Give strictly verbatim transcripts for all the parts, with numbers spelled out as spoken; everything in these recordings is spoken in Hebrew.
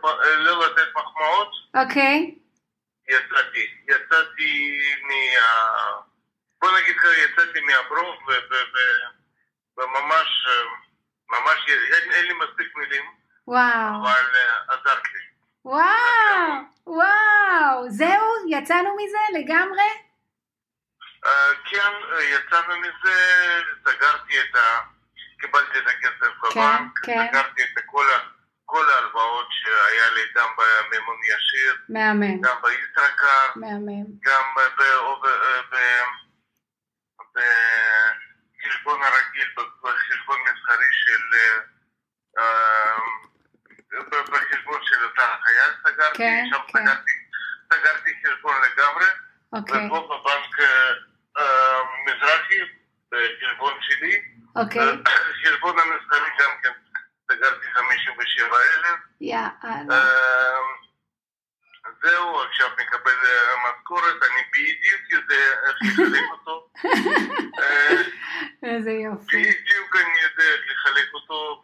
לא לתת מחמאות. אוקיי. יצאתי, יצאתי מה... בוא נגיד ככה, יצאתי מהברוך, וממש, ממש, אין לי מספיק מילים. וואו. אבל עזרתי. וואו, וואו. זהו? יצאנו מזה לגמרי? כן, יצאנו מזה, סגרתי את ה... קיבלתי את הכסף בבנק, סגרתי את כל ה... כל ההלוואות שהיה לי גם במימון ישיר, מאמן. גם בישראכר, מאמן. גם בחשבון הרגיל, בחשבון מסחרי של, בחשבון של אותה חייל סגרתי, כן, שם כן. סגרתי, סגרתי חשבון לגמרי, אוקיי. ופה בבנק מזרחי, בחשבון שלי, אוקיי. חשבון המסחרי גם כן. סגרתי חמישים ושבע אלף. יאללה. זהו, עכשיו מקבל משכורת, אני בדיוק יודע איך לחלק אותו. איזה יופי. בדיוק אני יודע איך לחלק אותו,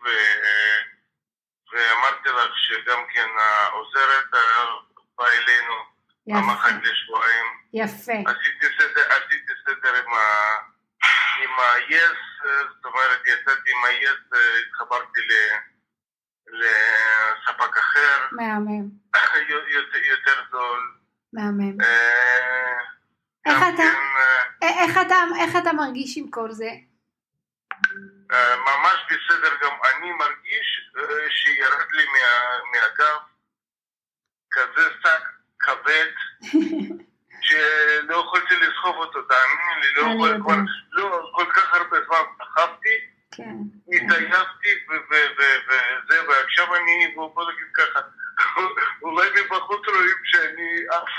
ואמרתי לך שגם כן העוזרת באה אלינו פעם אחת לשבועיים. יפה. עשיתי סדר עם ה-yes, זאת אומרת יצאתי עם ה-yes, התחברתי לספק אחר. מהמם. יותר זול. מהמם. איך אתה מרגיש עם כל זה? ממש בסדר, גם אני מרגיש שירד לי מהגב כזה שק כבד שלא יכולתי לסחוב אותו, תאמיני לי, לא כל כך הרבה זמן דחפתי, התעייפתי וזה, ועכשיו אני, בוא נגיד ככה, אולי מבחוץ רואים שאני אף.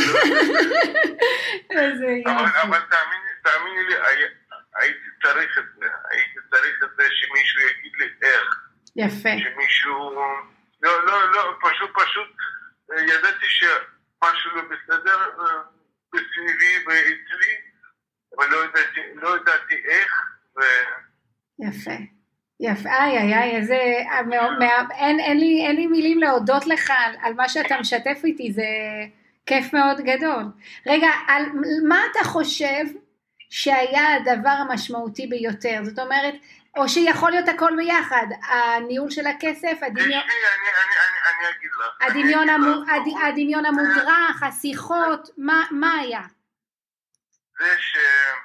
אבל תאמיני לי, הייתי צריך את זה, הייתי צריך את זה שמישהו יגיד לי איך. יפה. שמישהו, לא, לא, לא, פשוט, פשוט, ידעתי שמשהו לא בסדר בסביבי ואצלי, אבל לא ידעתי, לא ידעתי איך. יפה. יפה, איי, איי, איי, איזה, אין, אין לי, אין לי מילים להודות לך על, על מה שאתה משתף איתי, זה כיף מאוד גדול. רגע, על מה אתה חושב שהיה הדבר המשמעותי ביותר? זאת אומרת, או שיכול להיות הכל ביחד, הניהול של הכסף, הדמיון, אני אגיד לך. הדמיון, הדמיון המודרך, השיחות, מה, מה היה? זה ש,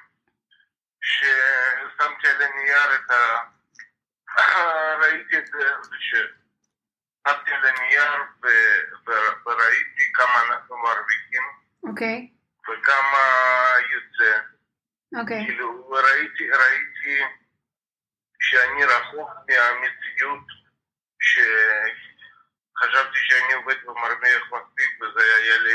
ששמתי על הנייר את ה... ראיתי את זה, ששמתי על הנייר וראיתי כמה אנחנו מרוויחים, אוקיי. וכמה יוצא. אוקיי. כאילו, ראיתי, ראיתי שאני רחוק מהמציאות, שחשבתי שאני עובד ומרוויח מספיק, וזה היה לי,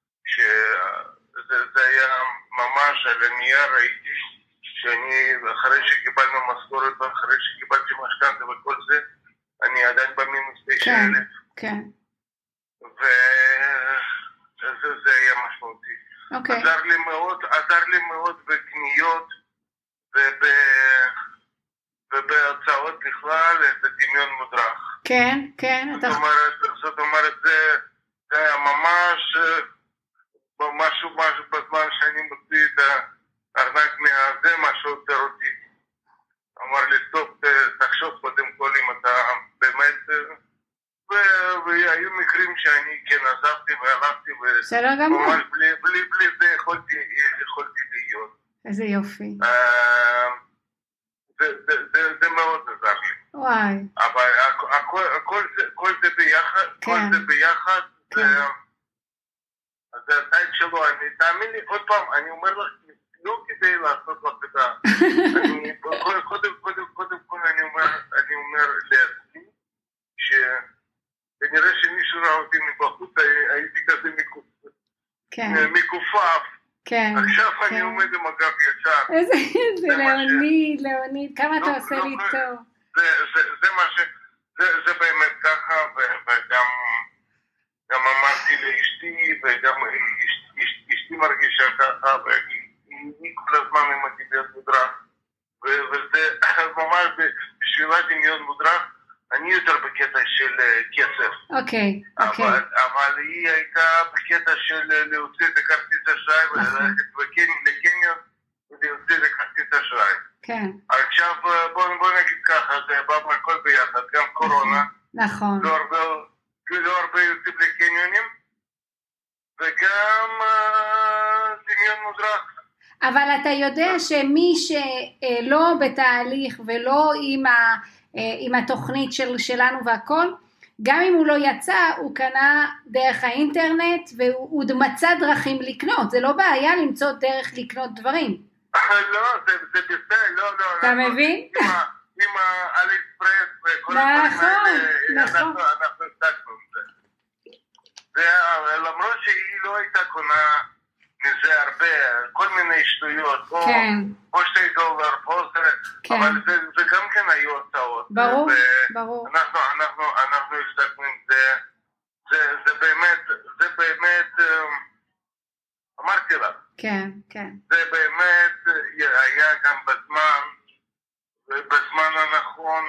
שזה היה ממש על הנייר, ראיתי שאני, אחרי שקיבלנו משכורת ואחרי שקיבלתי משכנתה וכל זה, אני עדיין במינוס תשע אלף. כן. וזה היה משמעותי. אוקיי. עזר לי מאוד, עזר לי מאוד בקניות ובהצעות בכלל, את הדמיון מודרך. כן, כן. זאת אומרת, זאת אומרת, זה היה ממש משהו, משהו בזמן שאני מוציא את ה... ארנק מהזה, מה שעוצר אותי. אמר לי, טוב, תחשוב קודם כל אם אתה באמת, והיו מקרים שאני כן עזבתי והלכתי, וממש בלי זה יכולתי להיות. איזה יופי. זה מאוד עזר לי. וואי. אבל כל זה ביחד, כל זה ביחד, זה הצייד שלו, אני תאמין לי, עוד פעם, אני אומר לך, לא כדי לעשות לך את ה... קודם, קודם, קודם כל אני אומר, אני אומר לעצמי, שכנראה שמישהו ראה אותי מבחוץ, הייתי כזה מקופף. כן. עכשיו אני עומד עם הגב ישר. איזה, זה לאוניד, לאוניד, כמה אתה עושה לי טוב. זה מה ש... זה באמת ככה, וגם אמרתי לאשתי, וגם אשתי מרגישה ככה, היא כל הזמן עם הדמיון מודרך, וזה ממש בשבילה דמיון מודרך, אני יותר בקטע של uh, כסף. אוקיי, אוקיי. אבל, אבל היא הייתה בקטע של uh, להוציא את הכרטיס אשראי וללכת לקניון ולהוציא את הכרטיס אשראי. כן. עכשיו בוא, בוא נגיד ככה, זה בא הכל ביחד, גם קורונה. נכון. לא הרבה, לא הרבה יוצאים לקניונים, וגם uh, דמיון מודרך. אבל אתה יודע שמי שלא בתהליך ולא עם, ה, עם התוכנית של, שלנו והכל, גם אם הוא לא יצא, הוא קנה דרך האינטרנט והוא מצא דרכים לקנות, זה לא בעיה למצוא דרך לקנות דברים. לא, זה בסדר, לא, לא. אתה מבין? עם האליאקספרס וכל הדברים האלה, אנחנו הצגנו את זה. למרות שהיא לא הייתה קונה מזה הרבה, כל מיני שטויות, או שתי דולר, או זה, אבל זה גם כן היו הצעות. ברור, ברור. אנחנו השתקנו עם זה, זה באמת, זה באמת, אמרתי לה. כן, כן. זה באמת היה גם בזמן, בזמן הנכון,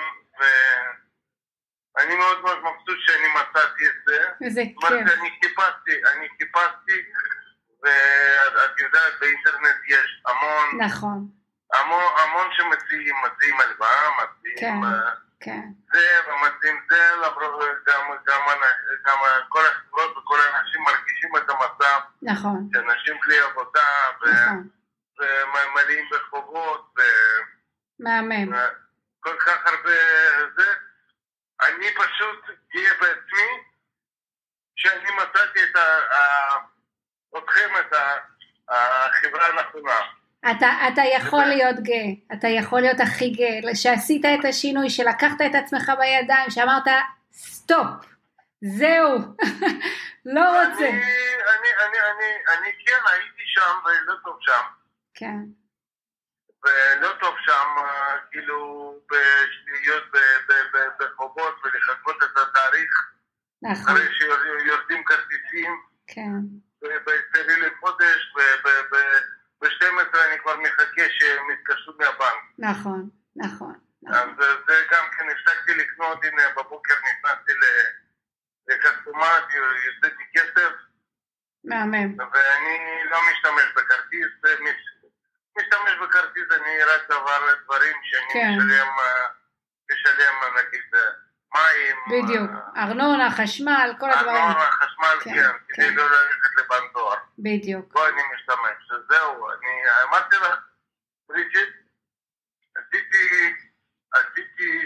ואני מאוד מאוד מבסוט שאני מצאתי את זה. איזה כיף. אני חיפשתי, אני חיפשתי, ואת יודעת, באינטרנט יש המון, נכון. המון, המון שמציעים, מציעים הלוואה, מציעים כן, זה, ומציעים זה, גם, גם, גם כל החברות וכל האנשים מרגישים את המצב. נכון. שאנשים בלי עבודה, נכון. ומלאים בחובות, מהמם. כל כך הרבה זה. אני פשוט גאה בעצמי, שאני מצאתי את אתכם, את החברה הנכונה. אתה, אתה יכול להיות גאה, אתה יכול להיות הכי גאה, שעשית את השינוי, שלקחת את עצמך בידיים, שאמרת סטופ, זהו, לא רוצה. אני, אני, אני, אני, אני כן הייתי שם ולא טוב שם. כן. ולא טוב שם, כאילו, להיות בחובות ולחכות את התאריך. נכון. אחרי שיורדים כרטיסים. כן. בעשרה לחודש, ב-שתים עשרה אני כבר מחכה שהם יתקשרו מהבנק. נכון, נכון. אז זה גם כן הפסקתי לקנות, הנה בבוקר נכנסתי לכספומט, יוצאתי כסף. מהמם. ואני לא משתמש בכרטיס, משתמש בכרטיס אני רק דבר לדברים שאני משלם, משלם נגיד מים. בדיוק, ארנונה, חשמל, כל הדברים. ארנונה, חשמל, כן, כדי לא ללכת לבנק דואר. בדיוק. פה אני משתמש, זהו, אני אמרתי לך, בריג'יט, עשיתי, עשיתי,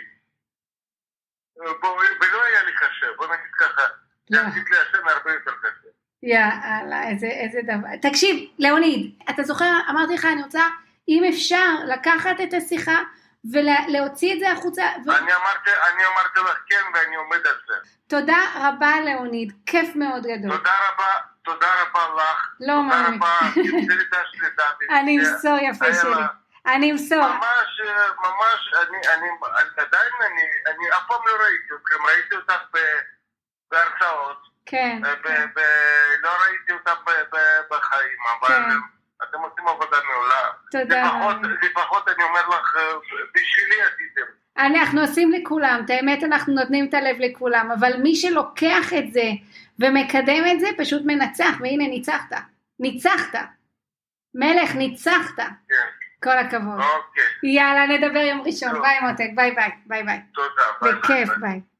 ולא היה לי קשה, בוא נגיד ככה, עשיתי לעשן הרבה יותר קשה. יאללה, איזה, איזה דבר. תקשיב, ליאוניד, אתה זוכר, אמרתי לך, אני רוצה, אם אפשר, לקחת את השיחה, ולהוציא את זה החוצה. ו... אני אמרתי, אני אמרתי לך כן, ואני עומד על זה. תודה רבה, ליאוניד, כיף מאוד גדול. תודה רבה, תודה רבה לך. לא מאמין. תודה רבה, תמצאי את השליטה. אני אמסור יפה שלי. אני אמסור. ממש, ממש, אני, אני, עדיין אני, אני אף פעם לא ראיתי אתכם, ראיתי אותך בהרצאות. כן. לא ראיתי אותך בחיים, אבל אתם עושים עבודה מעולה. תודה. לפחות אני אומר לך, בשבילי עשיתם. אנחנו עושים לכולם, את האמת אנחנו נותנים את הלב לכולם, אבל מי שלוקח את זה ומקדם את זה פשוט מנצח, והנה ניצחת. ניצחת. מלך, ניצחת. כן. כל הכבוד. אוקיי. יאללה, נדבר יום ראשון. ביי מותק, ביי ביי, ביי ביי. תודה, ביי. בכיף, ביי.